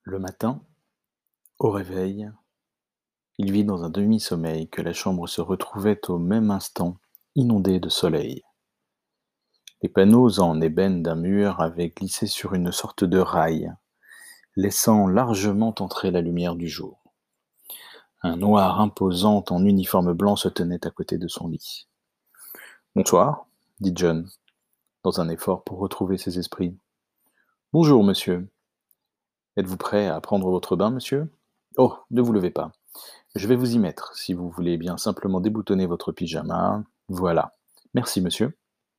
Le matin, au réveil, il vit dans un demi-sommeil que la chambre se retrouvait au même instant inondée de soleil. Les panneaux en ébène d'un mur avaient glissé sur une sorte de rail, laissant largement entrer la lumière du jour. Un noir imposant en uniforme blanc se tenait à côté de son lit. Bonsoir, dit John, dans un effort pour retrouver ses esprits. Bonjour, monsieur. Êtes-vous prêt à prendre votre bain, monsieur? Oh, ne vous levez pas. Je vais vous y mettre, si vous voulez bien simplement déboutonner votre pyjama. Voilà. Merci, monsieur.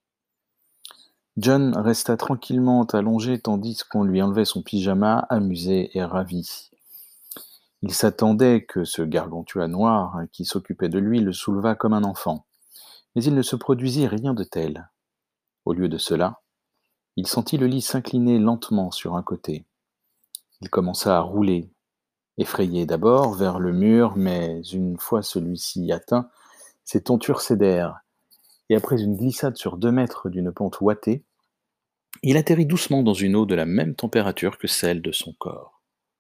John resta tranquillement allongé tandis qu'on lui enlevait son pyjama, amusé et ravi. Il s'attendait que ce gargantua noir qui s'occupait de lui le soulevât comme un enfant. Mais il ne se produisit rien de tel. Au lieu de cela, il sentit le lit s'incliner lentement sur un côté. Il commença à rouler, effrayé d'abord vers le mur, mais une fois celui-ci atteint, ses tentures cédèrent, et après une glissade sur 2 mètres d'une pente ouatée, il atterrit doucement dans une eau de la même température que celle de son corps.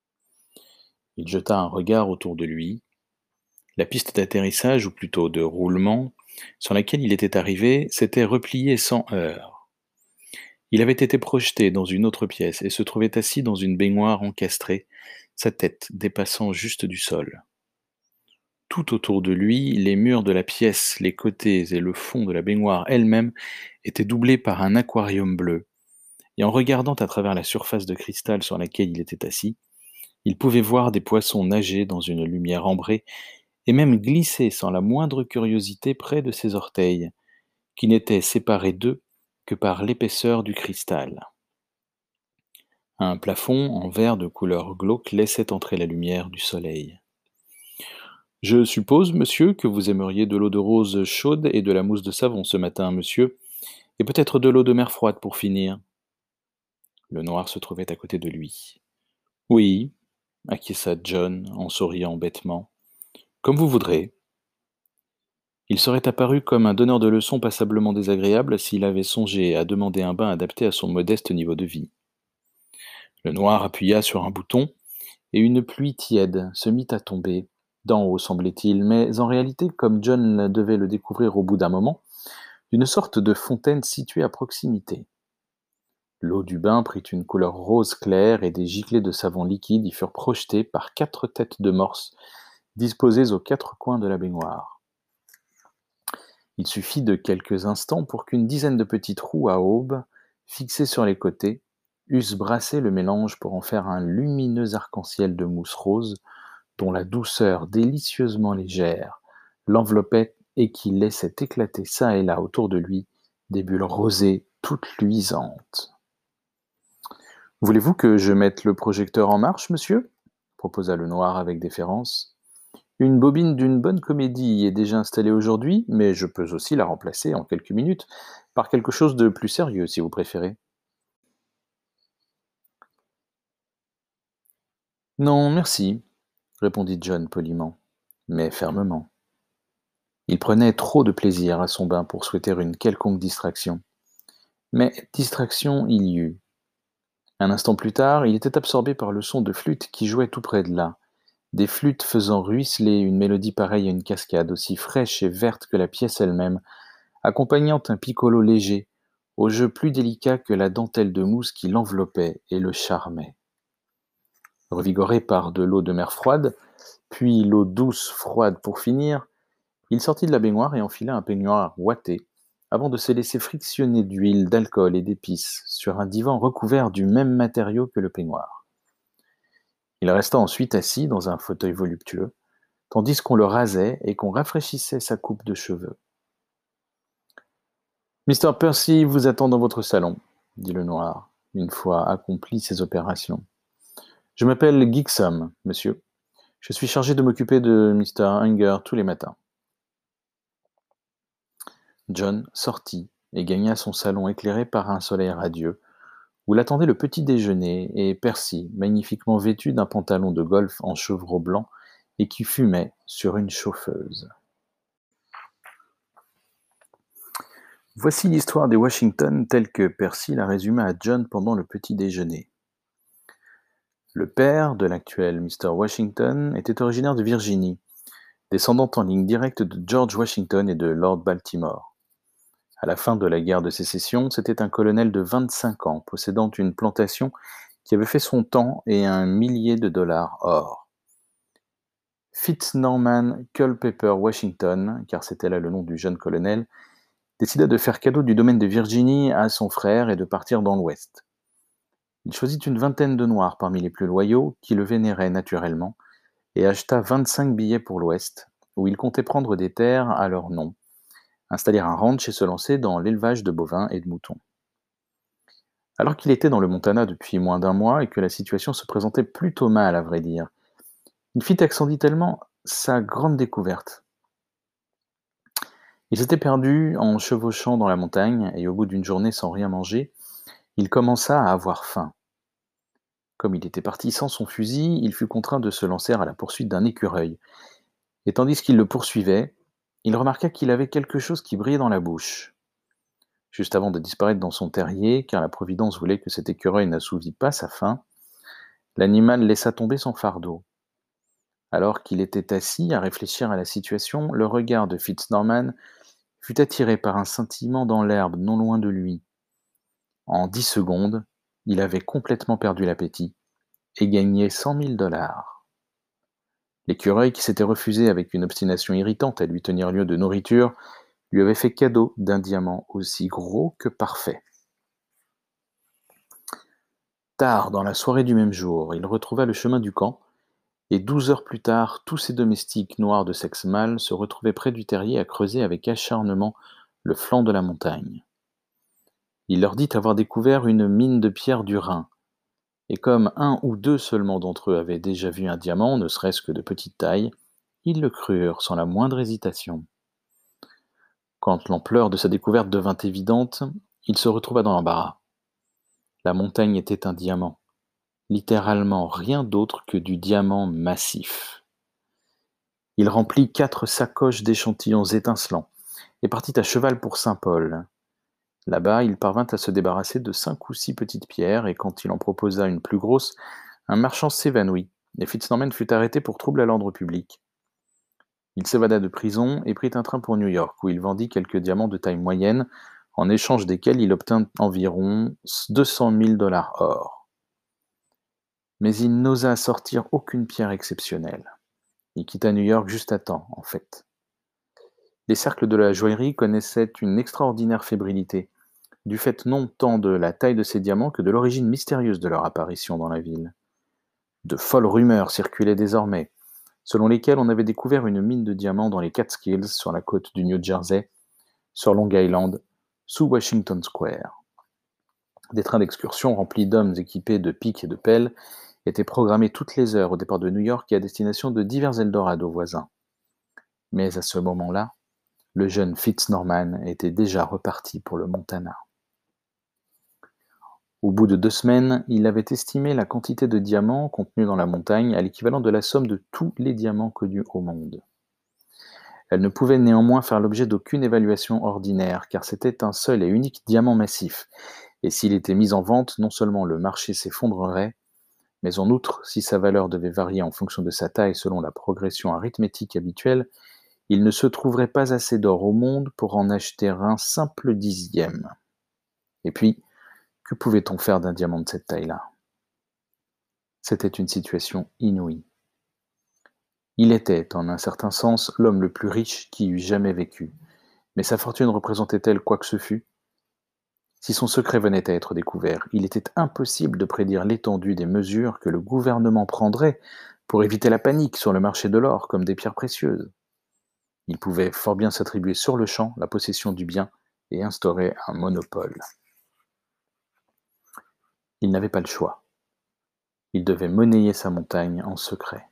Il jeta un regard autour de lui. La piste d'atterrissage, ou plutôt de roulement, sur laquelle il était arrivé, s'était repliée sans heurts. Il avait été projeté dans une autre pièce et se trouvait assis dans une baignoire encastrée, sa tête dépassant juste du sol. Tout autour de lui, les murs de la pièce, les côtés et le fond de la baignoire elle-même étaient doublés par un aquarium bleu, et en regardant à travers la surface de cristal sur laquelle il était assis, il pouvait voir des poissons nager dans une lumière ambrée et même glisser sans la moindre curiosité près de ses orteils, qui n'étaient séparés d'eux que par l'épaisseur du cristal. Un plafond en verre de couleur glauque laissait entrer la lumière du soleil. Je suppose, monsieur, que vous aimeriez de l'eau de rose chaude et de la mousse de savon ce matin, monsieur, et peut-être de l'eau de mer froide pour finir. Le noir se trouvait à côté de lui. Oui, acquiesça John en souriant bêtement. Comme vous voudrez. Il serait apparu comme un donneur de leçons passablement désagréable s'il avait songé à demander un bain adapté à son modeste niveau de vie. Le noir appuya sur un bouton, et une pluie tiède se mit à tomber, d'en haut semblait-il, mais en réalité, comme John devait le découvrir au bout d'un moment, d'une sorte de fontaine située à proximité. L'eau du bain prit une couleur rose clair et des giclées de savon liquide y furent projetées par 4 têtes de morse disposées aux 4 coins de la baignoire. Il suffit de quelques instants pour qu'une dizaine de petits trous à aubes, fixés sur les côtés, eussent brassé le mélange pour en faire un lumineux arc-en-ciel de mousse rose dont la douceur délicieusement légère l'enveloppait et qui laissait éclater çà et là autour de lui des bulles rosées toutes luisantes. Voulez-vous que je mette le projecteur en marche, monsieur? Proposa le noir avec déférence. Une bobine d'une bonne comédie y est déjà installée aujourd'hui, mais je peux aussi la remplacer en quelques minutes par quelque chose de plus sérieux, si vous préférez. Non, merci, répondit John poliment, mais fermement. Il prenait trop de plaisir à son bain pour souhaiter une quelconque distraction. Mais distraction il y eut. Un instant plus tard, il était absorbé par le son de flûtes qui jouaient tout près de là, des flûtes faisant ruisseler une mélodie pareille à une cascade, aussi fraîche et verte que la pièce elle-même, accompagnant un piccolo léger, au jeu plus délicat que la dentelle de mousse qui l'enveloppait et le charmait. Revigoré par de l'eau de mer froide, puis l'eau douce froide pour finir, il sortit de la baignoire et enfila un peignoir ouaté, avant de se laisser frictionner d'huile, d'alcool et d'épices sur un divan recouvert du même matériau que le peignoir. Il resta ensuite assis dans un fauteuil voluptueux, tandis qu'on le rasait et qu'on rafraîchissait sa coupe de cheveux. Mr. Percy vous attend dans votre salon, dit le noir, une fois accompli ces opérations. Je m'appelle Gixham, monsieur. Je suis chargé de m'occuper de Mr. Unger tous les matins. John sortit et gagna son salon éclairé par un soleil radieux, où l'attendait le petit déjeuner et Percy, magnifiquement vêtu d'un pantalon de golf en chevreau blanc et qui fumait sur une chauffeuse. Voici l'histoire des Washington telle que Percy la résuma à John pendant le petit déjeuner. Le père de l'actuel Mr. Washington était originaire de Virginie, descendant en ligne directe de George Washington et de Lord Baltimore. À la fin de la guerre de Sécession, c'était un colonel de 25 ans, possédant une plantation qui avait fait son temps et un millier de dollars or. Fitz-Norman Culpeper Washington, car c'était là le nom du jeune colonel, décida de faire cadeau du domaine de Virginie à son frère et de partir dans l'Ouest. Il choisit une vingtaine de Noirs parmi les plus loyaux, qui le vénéraient naturellement, et acheta 25 billets pour l'Ouest, où il comptait prendre des terres à leur nom, installer un ranch et se lancer dans l'élevage de bovins et de moutons. Alors qu'il était dans le Montana depuis moins d'un mois et que la situation se présentait plutôt mal à vrai dire, il fit accidentellement sa grande découverte. Il s'était perdu en chevauchant dans la montagne et au bout d'une journée sans rien manger, il commença à avoir faim. Comme il était parti sans son fusil, il fut contraint de se lancer à la poursuite d'un écureuil. Et tandis qu'il le poursuivait, il remarqua qu'il avait quelque chose qui brillait dans la bouche. Juste avant de disparaître dans son terrier, car la Providence voulait que cet écureuil n'assouvît pas sa faim, l'animal laissa tomber son fardeau. Alors qu'il était assis à réfléchir à la situation, le regard de Fitz-Norman fut attiré par un scintillement dans l'herbe non loin de lui. En 10 secondes, il avait complètement perdu l'appétit et gagné 100 000 dollars. L'écureuil, qui s'était refusé avec une obstination irritante à lui tenir lieu de nourriture, lui avait fait cadeau d'un diamant aussi gros que parfait. Tard dans la soirée du même jour, il retrouva le chemin du camp, et 12 heures plus tard, tous ses domestiques noirs de sexe mâle se retrouvaient près du terrier à creuser avec acharnement le flanc de la montagne. Il leur dit avoir découvert une mine de pierre du Rhin, et comme un ou deux seulement d'entre eux avaient déjà vu un diamant, ne serait-ce que de petite taille, ils le crurent sans la moindre hésitation. Quand l'ampleur de sa découverte devint évidente, il se retrouva dans l'embarras. La montagne était un diamant, littéralement rien d'autre que du diamant massif. Il remplit 4 sacoches d'échantillons étincelants et partit à cheval pour Saint-Paul. Là-bas, il parvint à se débarrasser de 5 ou 6 petites pierres, et quand il en proposa une plus grosse, un marchand s'évanouit, et Fitz-Norman fut arrêté pour trouble à l'ordre public. Il s'évada de prison et prit un train pour New York, où il vendit quelques diamants de taille moyenne, en échange desquels il obtint environ 200 000 dollars or. Mais il n'osa sortir aucune pierre exceptionnelle. Il quitta New York juste à temps, en fait. Les cercles de la joaillerie connaissaient une extraordinaire fébrilité, du fait non tant de la taille de ces diamants que de l'origine mystérieuse de leur apparition dans la ville. De folles rumeurs circulaient désormais, selon lesquelles on avait découvert une mine de diamants dans les Catskills, sur la côte du New Jersey, sur Long Island, sous Washington Square. Des trains d'excursion remplis d'hommes équipés de pics et de pelles étaient programmés toutes les heures au départ de New York et à destination de divers Eldorado voisins. Mais à ce moment-là, le jeune Fitz-Norman était déjà reparti pour le Montana. Au bout de 2 semaines, il avait estimé la quantité de diamants contenus dans la montagne à l'équivalent de la somme de tous les diamants connus au monde. Elle ne pouvait néanmoins faire l'objet d'aucune évaluation ordinaire, car c'était un seul et unique diamant massif, et s'il était mis en vente, non seulement le marché s'effondrerait, mais en outre, si sa valeur devait varier en fonction de sa taille selon la progression arithmétique habituelle, il ne se trouverait pas assez d'or au monde pour en acheter un simple dixième. Et puis, que pouvait-on faire d'un diamant de cette taille-là? C'était une situation inouïe. Il était, en un certain sens, l'homme le plus riche qui eût jamais vécu. Mais sa fortune représentait-elle quoi que ce fût? Si son secret venait à être découvert, il était impossible de prédire l'étendue des mesures que le gouvernement prendrait pour éviter la panique sur le marché de l'or comme des pierres précieuses. Il pouvait fort bien s'attribuer sur-le-champ la possession du bien et instaurer un monopole. Il n'avait pas le choix. Il devait monnayer sa montagne en secret.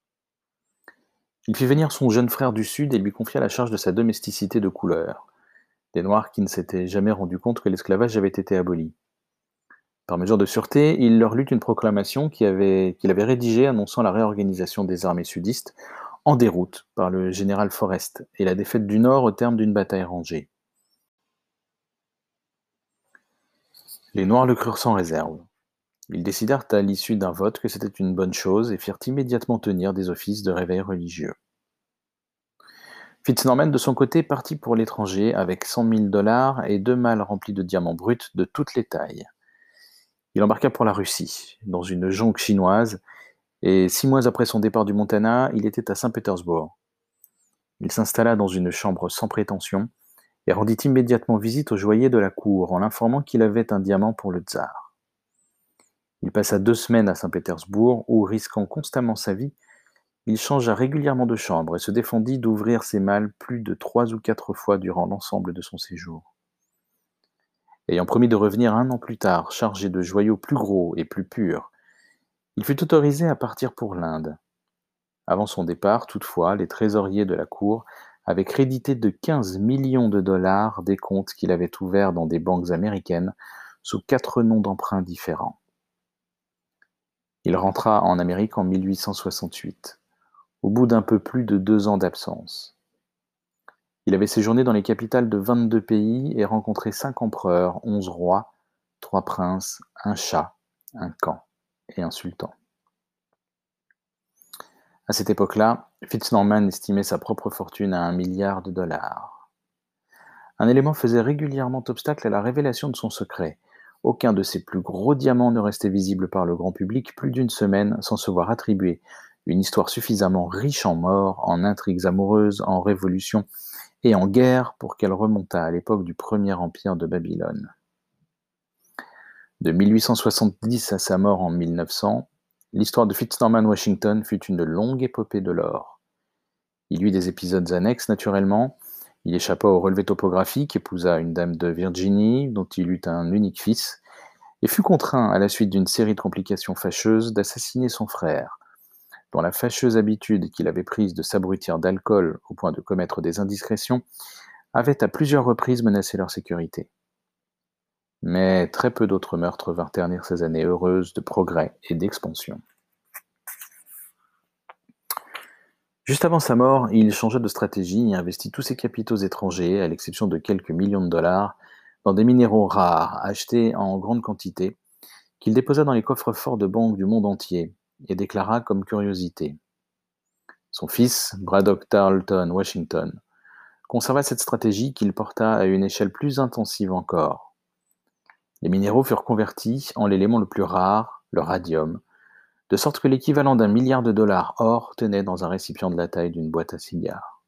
Il fit venir son jeune frère du Sud et lui confia la charge de sa domesticité de couleur, des Noirs qui ne s'étaient jamais rendus compte que l'esclavage avait été aboli. Par mesure de sûreté, il leur lut une proclamation qu'il avait rédigée annonçant la réorganisation des armées sudistes en déroute par le général Forrest et la défaite du Nord au terme d'une bataille rangée. Les Noirs le crurent sans réserve. Ils décidèrent à l'issue d'un vote que c'était une bonne chose et firent immédiatement tenir des offices de réveil religieux. Fitznorman, de son côté, partit pour l'étranger avec 100 000 $ et 2 malles remplis de diamants bruts de toutes les tailles. Il embarqua pour la Russie, dans une jonque chinoise, et 6 mois après son départ du Montana, il était à Saint-Pétersbourg. Il s'installa dans une chambre sans prétention et rendit immédiatement visite au joaillier de la cour en l'informant qu'il avait un diamant pour le tsar. Il passa 2 semaines à Saint-Pétersbourg où, risquant constamment sa vie, il changea régulièrement de chambre et se défendit d'ouvrir ses malles plus de 3 ou 4 fois durant l'ensemble de son séjour. Ayant promis de revenir 1 an plus tard, chargé de joyaux plus gros et plus purs, il fut autorisé à partir pour l'Inde. Avant son départ, toutefois, les trésoriers de la cour avaient crédité de 15 millions de dollars des comptes qu'il avait ouverts dans des banques américaines sous 4 noms d'emprunt différents. Il rentra en Amérique en 1868, au bout d'un peu plus de 2 ans d'absence. Il avait séjourné dans les capitales de 22 pays et rencontré 5 empereurs, 11 rois, 3 princes, un chat, un camp et un sultan. À cette époque-là, Fitznorman estimait sa propre fortune à 1 milliard de dollars. Un élément faisait régulièrement obstacle à la révélation de son secret. Aucun de ses plus gros diamants ne restait visible par le grand public plus d'une semaine sans se voir attribuer une histoire suffisamment riche en morts, en intrigues amoureuses, en révolutions et en guerre pour qu'elle remontât à l'époque du premier empire de Babylone. De 1870 à sa mort en 1900, l'histoire de Fitznorman Washington fut une longue épopée de l'or. Il eut des épisodes annexes, naturellement. Il échappa au relevé topographique, épousa une dame de Virginie, dont il eut un unique fils, et fut contraint, à la suite d'une série de complications fâcheuses, d'assassiner son frère, dont la fâcheuse habitude qu'il avait prise de s'abrutir d'alcool au point de commettre des indiscrétions avait à plusieurs reprises menacé leur sécurité. Mais très peu d'autres meurtres vinrent ternir ces années heureuses de progrès et d'expansion. Juste avant sa mort, il changea de stratégie et investit tous ses capitaux étrangers, à l'exception de quelques millions de dollars, dans des minéraux rares, achetés en grande quantité, qu'il déposa dans les coffres-forts de banques du monde entier et déclara comme curiosité. Son fils, Braddock Tarleton Washington, conserva cette stratégie qu'il porta à une échelle plus intensive encore. Les minéraux furent convertis en l'élément le plus rare, le radium, de sorte que l'équivalent d'1 milliard de dollars or tenait dans un récipient de la taille d'une boîte à cigares.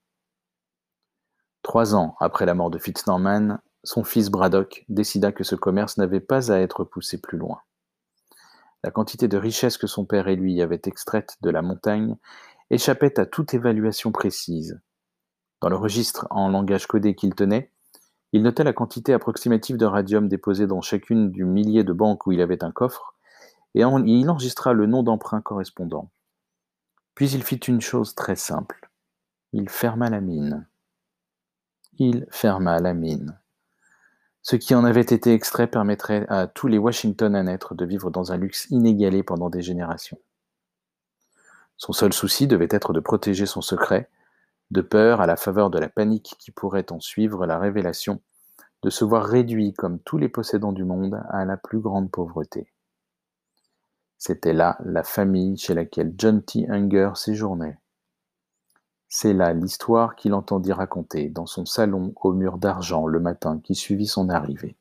3 ans après la mort de Fitznorman, son fils Braddock décida que ce commerce n'avait pas à être poussé plus loin. La quantité de richesses que son père et lui avaient extraites de la montagne échappait à toute évaluation précise. Dans le registre en langage codé qu'il tenait, il notait la quantité approximative de radium déposée dans chacune du millier de banques où il avait un coffre, et il enregistra le nom d'emprunt correspondant. Puis il fit une chose très simple. Il ferma la mine. Il ferma la mine. Ce qui en avait été extrait permettrait à tous les Washington à naître de vivre dans un luxe inégalé pendant des générations. Son seul souci devait être de protéger son secret, de peur, à la faveur de la panique qui pourrait en suivre la révélation, de se voir réduit, comme tous les possédants du monde, à la plus grande pauvreté. C'était là la famille chez laquelle John T. Unger séjournait. C'est là l'histoire qu'il entendit raconter dans son salon aux murs d'argent le matin qui suivit son arrivée.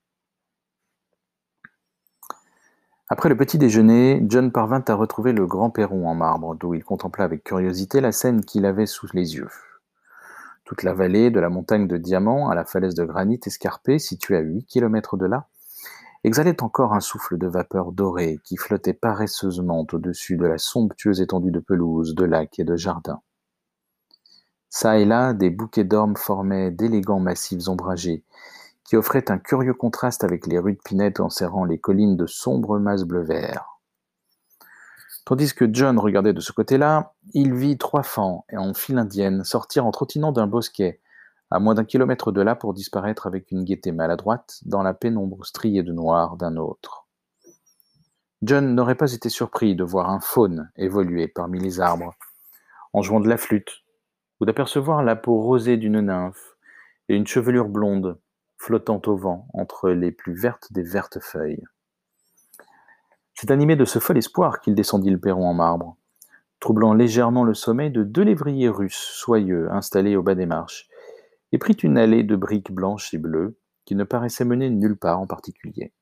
Après le petit déjeuner, John parvint à retrouver le grand perron en marbre, d'où il contempla avec curiosité la scène qu'il avait sous les yeux. Toute la vallée, de la montagne de Diamant à la falaise de granit escarpée, située à 8 kilomètres de là, exhalait encore un souffle de vapeur dorée qui flottait paresseusement au-dessus de la somptueuse étendue de pelouse, de lacs et de jardins. Çà et là, des bouquets d'ormes formaient d'élégants massifs ombragés, qui offraient un curieux contraste avec les rudes pinettes enserrant les collines de sombres masses bleu-vert. Tandis que John regardait de ce côté-là, il vit 3 fans en file indienne sortir en trottinant d'un bosquet, à moins d'1 kilomètre de là pour disparaître avec une gaieté maladroite dans la pénombre striée de noir d'un autre. John n'aurait pas été surpris de voir un faune évoluer parmi les arbres, en jouant de la flûte, ou d'apercevoir la peau rosée d'une nymphe et une chevelure blonde flottant au vent entre les plus vertes des vertes feuilles. C'est animé de ce fol espoir qu'il descendit le perron en marbre, troublant légèrement le sommeil de 2 lévriers russes soyeux installés au bas des marches, et prit une allée de briques blanches et bleues qui ne paraissait mener nulle part en particulier.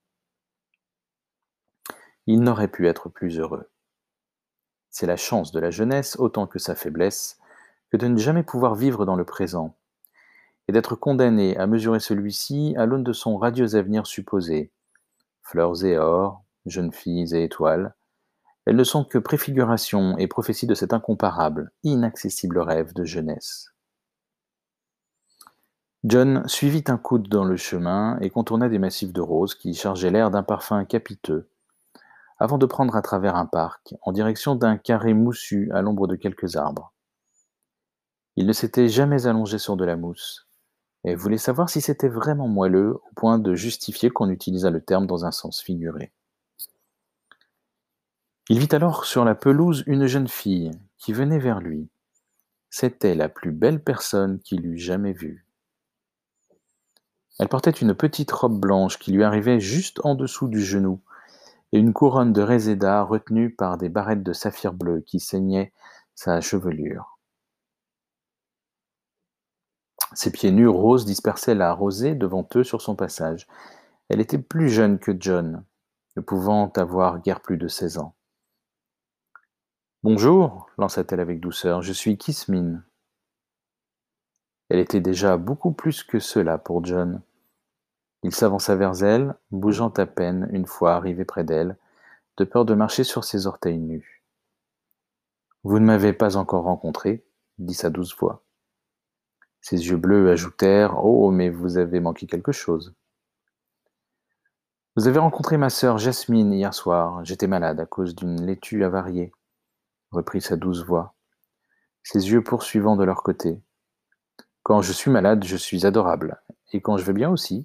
Il n'aurait pu être plus heureux. C'est la chance de la jeunesse autant que sa faiblesse que de ne jamais pouvoir vivre dans le présent, et d'être condamné à mesurer celui-ci à l'aune de son radieux avenir supposé. Fleurs et or, jeunes filles et étoiles, elles ne sont que préfiguration et prophétie de cet incomparable, inaccessible rêve de jeunesse. John suivit un coude dans le chemin et contourna des massifs de roses qui chargeaient l'air d'un parfum capiteux, avant de prendre à travers un parc, en direction d'un carré moussu à l'ombre de quelques arbres. Il ne s'était jamais allongé sur de la mousse, et voulait savoir si c'était vraiment moelleux au point de justifier qu'on utilisât le terme dans un sens figuré. Il vit alors sur la pelouse une jeune fille qui venait vers lui. C'était la plus belle personne qu'il eût jamais vue. Elle portait une petite robe blanche qui lui arrivait juste en dessous du genou, et une couronne de réséda retenue par des barrettes de saphir bleu qui ceignaient sa chevelure. Ses pieds nus roses dispersaient la rosée devant eux sur son passage. Elle était plus jeune que John, ne pouvant avoir guère plus de 16 ans. « Bonjour, lança-t-elle avec douceur, je suis Kismine. » Elle était déjà beaucoup plus que cela pour John. Il s'avança vers elle, bougeant à peine une fois arrivé près d'elle, de peur de marcher sur ses orteils nus. « Vous ne m'avez pas encore rencontré, » dit sa douce voix. Ses yeux bleus ajoutèrent « Oh, mais vous avez manqué quelque chose. » « Vous avez rencontré ma sœur Jasmine hier soir. J'étais malade à cause d'une laitue avariée, » reprit sa douce voix, ses yeux poursuivant de leur côté. « Quand je suis malade, je suis adorable, et quand je vais bien aussi. »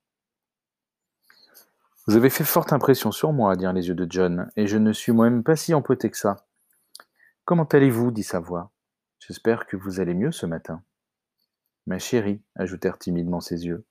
« Vous avez fait forte impression sur moi, » dirent les yeux de John, « et je ne suis moi-même pas si empoté que ça. »« Comment allez-vous » dit sa voix. « J'espère que vous allez mieux ce matin. »« Ma chérie, » ajoutèrent timidement ses yeux.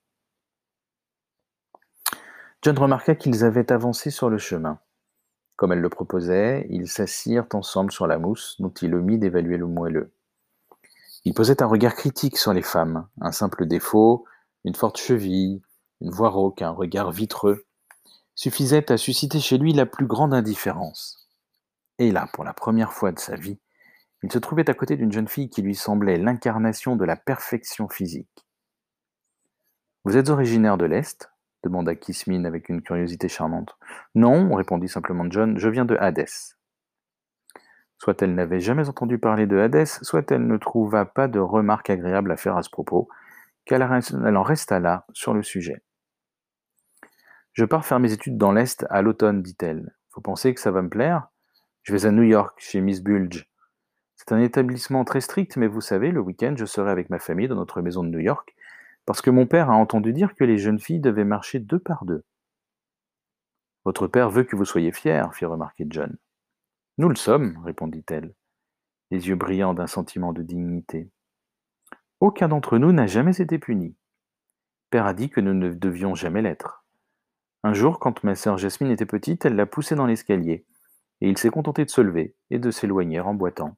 John remarqua qu'ils avaient avancé sur le chemin. Comme elle le proposait, ils s'assirent ensemble sur la mousse, dont il omit d'évaluer le moelleux. Il posait un regard critique sur les femmes, un simple défaut, une forte cheville, une voix rauque, un regard vitreux, suffisaient à susciter chez lui la plus grande indifférence. Et là, pour la première fois de sa vie, il se trouvait à côté d'une jeune fille qui lui semblait l'incarnation de la perfection physique. « Vous êtes originaire de l'Est ?» demanda Kismine avec une curiosité charmante. « Non, répondit simplement John, je viens de Hadès. » Soit elle n'avait jamais entendu parler de Hadès, soit elle ne trouva pas de remarque agréable à faire à ce propos, qu'elle en resta là, sur le sujet. « Je pars faire mes études dans l'Est à l'automne, dit-elle. Vous pensez que ça va me plaire ? Je vais à New York, chez Miss Bulge. C'est un établissement très strict, mais vous savez, le week-end, je serai avec ma famille dans notre maison de New York, parce que mon père a entendu dire que les jeunes filles devaient marcher 2 par 2. »« Votre père veut que vous soyez fière, » fit remarquer John. « Nous le sommes, » répondit-elle, les yeux brillants d'un sentiment de dignité. « Aucun d'entre nous n'a jamais été puni. Père a dit que nous ne devions jamais l'être. Un jour, quand ma sœur Jasmine était petite, elle l'a poussé dans l'escalier, et il s'est contenté de se lever et de s'éloigner en boitant.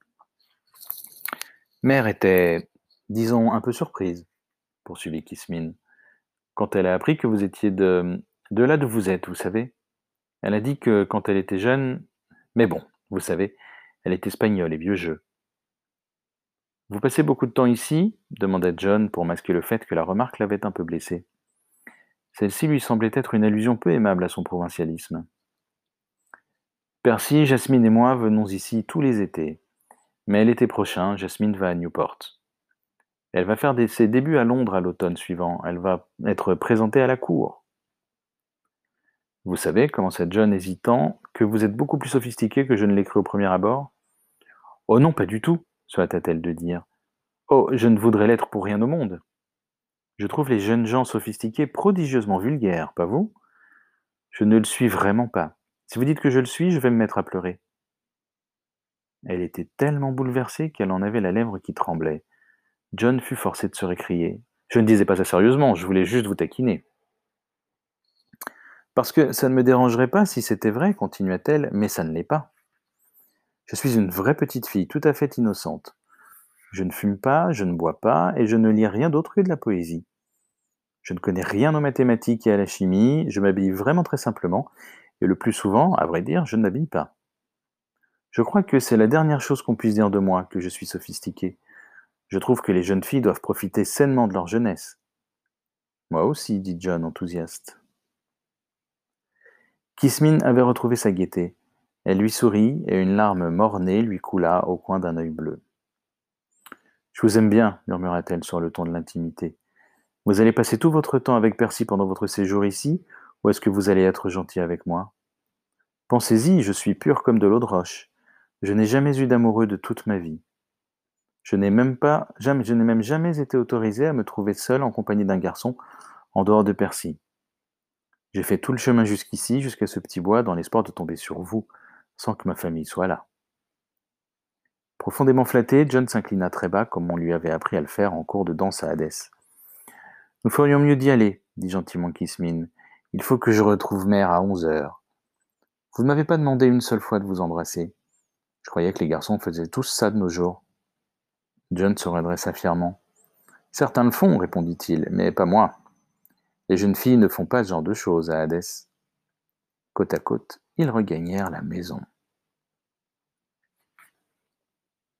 Mère était, disons, un peu surprise, poursuivit Kismine, quand elle a appris que vous étiez de là d'où vous êtes, vous savez. Elle a dit que quand elle était jeune, mais bon, vous savez, elle est espagnole et vieux jeu. « Vous passez beaucoup de temps ici ?» demanda John pour masquer le fait que la remarque l'avait un peu blessé. Celle-ci lui semblait être une allusion peu aimable à son provincialisme. « Percy, Jasmine et moi venons ici tous les étés. Mais l'été prochain, Jasmine va à Newport. Elle va faire ses débuts à Londres à l'automne suivant. Elle va être présentée à la cour. » « Vous savez, » commença John hésitant, « que vous êtes beaucoup plus sophistiqué que je ne l'ai cru au premier abord. »« Oh non, pas du tout, » se hâta-t-elle de dire. « Oh, je ne voudrais l'être pour rien au monde. Je trouve les jeunes gens sophistiqués prodigieusement vulgaires, pas vous ? Je ne le suis vraiment pas. Si vous dites que je le suis, je vais me mettre à pleurer. » Elle était tellement bouleversée qu'elle en avait la lèvre qui tremblait. John fut forcé de se récrier. « Je ne disais pas ça sérieusement, je voulais juste vous taquiner. » Parce que ça ne me dérangerait pas si c'était vrai, continua-t-elle, mais ça ne l'est pas. Je suis une vraie petite fille, tout à fait innocente. Je ne fume pas, je ne bois pas, et je ne lis rien d'autre que de la poésie. Je ne connais rien aux mathématiques et à la chimie, je m'habille vraiment très simplement, et le plus souvent, à vrai dire, je ne m'habille pas. Je crois que c'est la dernière chose qu'on puisse dire de moi, que je suis sophistiquée. Je trouve que les jeunes filles doivent profiter sainement de leur jeunesse. Moi aussi, dit John, enthousiaste. Kismine avait retrouvé sa gaieté. Elle lui sourit, et une larme mort-née lui coula au coin d'un œil bleu. Je vous aime bien, murmura-t-elle sur le ton de l'intimité. Vous allez passer tout votre temps avec Percy pendant votre séjour ici, ou est-ce que vous allez être gentil avec moi? Pensez-y, je suis pure comme de l'eau de roche. Je n'ai jamais eu d'amoureux de toute ma vie. Je n'ai même jamais été autorisée à me trouver seule en compagnie d'un garçon en dehors de Percy. J'ai fait tout le chemin jusqu'ici, jusqu'à ce petit bois, dans l'espoir de tomber sur vous, sans que ma famille soit là. Profondément flatté, John s'inclina très bas, comme on lui avait appris à le faire en cours de danse à Hadès. Nous ferions mieux d'y aller, dit gentiment Kismine. Il faut que je retrouve mère à 11 heures. Vous ne m'avez pas demandé une seule fois de vous embrasser. Je croyais que les garçons faisaient tous ça de nos jours. John se redressa fièrement. Certains le font, répondit-il, mais pas moi. Les jeunes filles ne font pas ce genre de choses à Hadès. Côte à côte, ils regagnèrent la maison.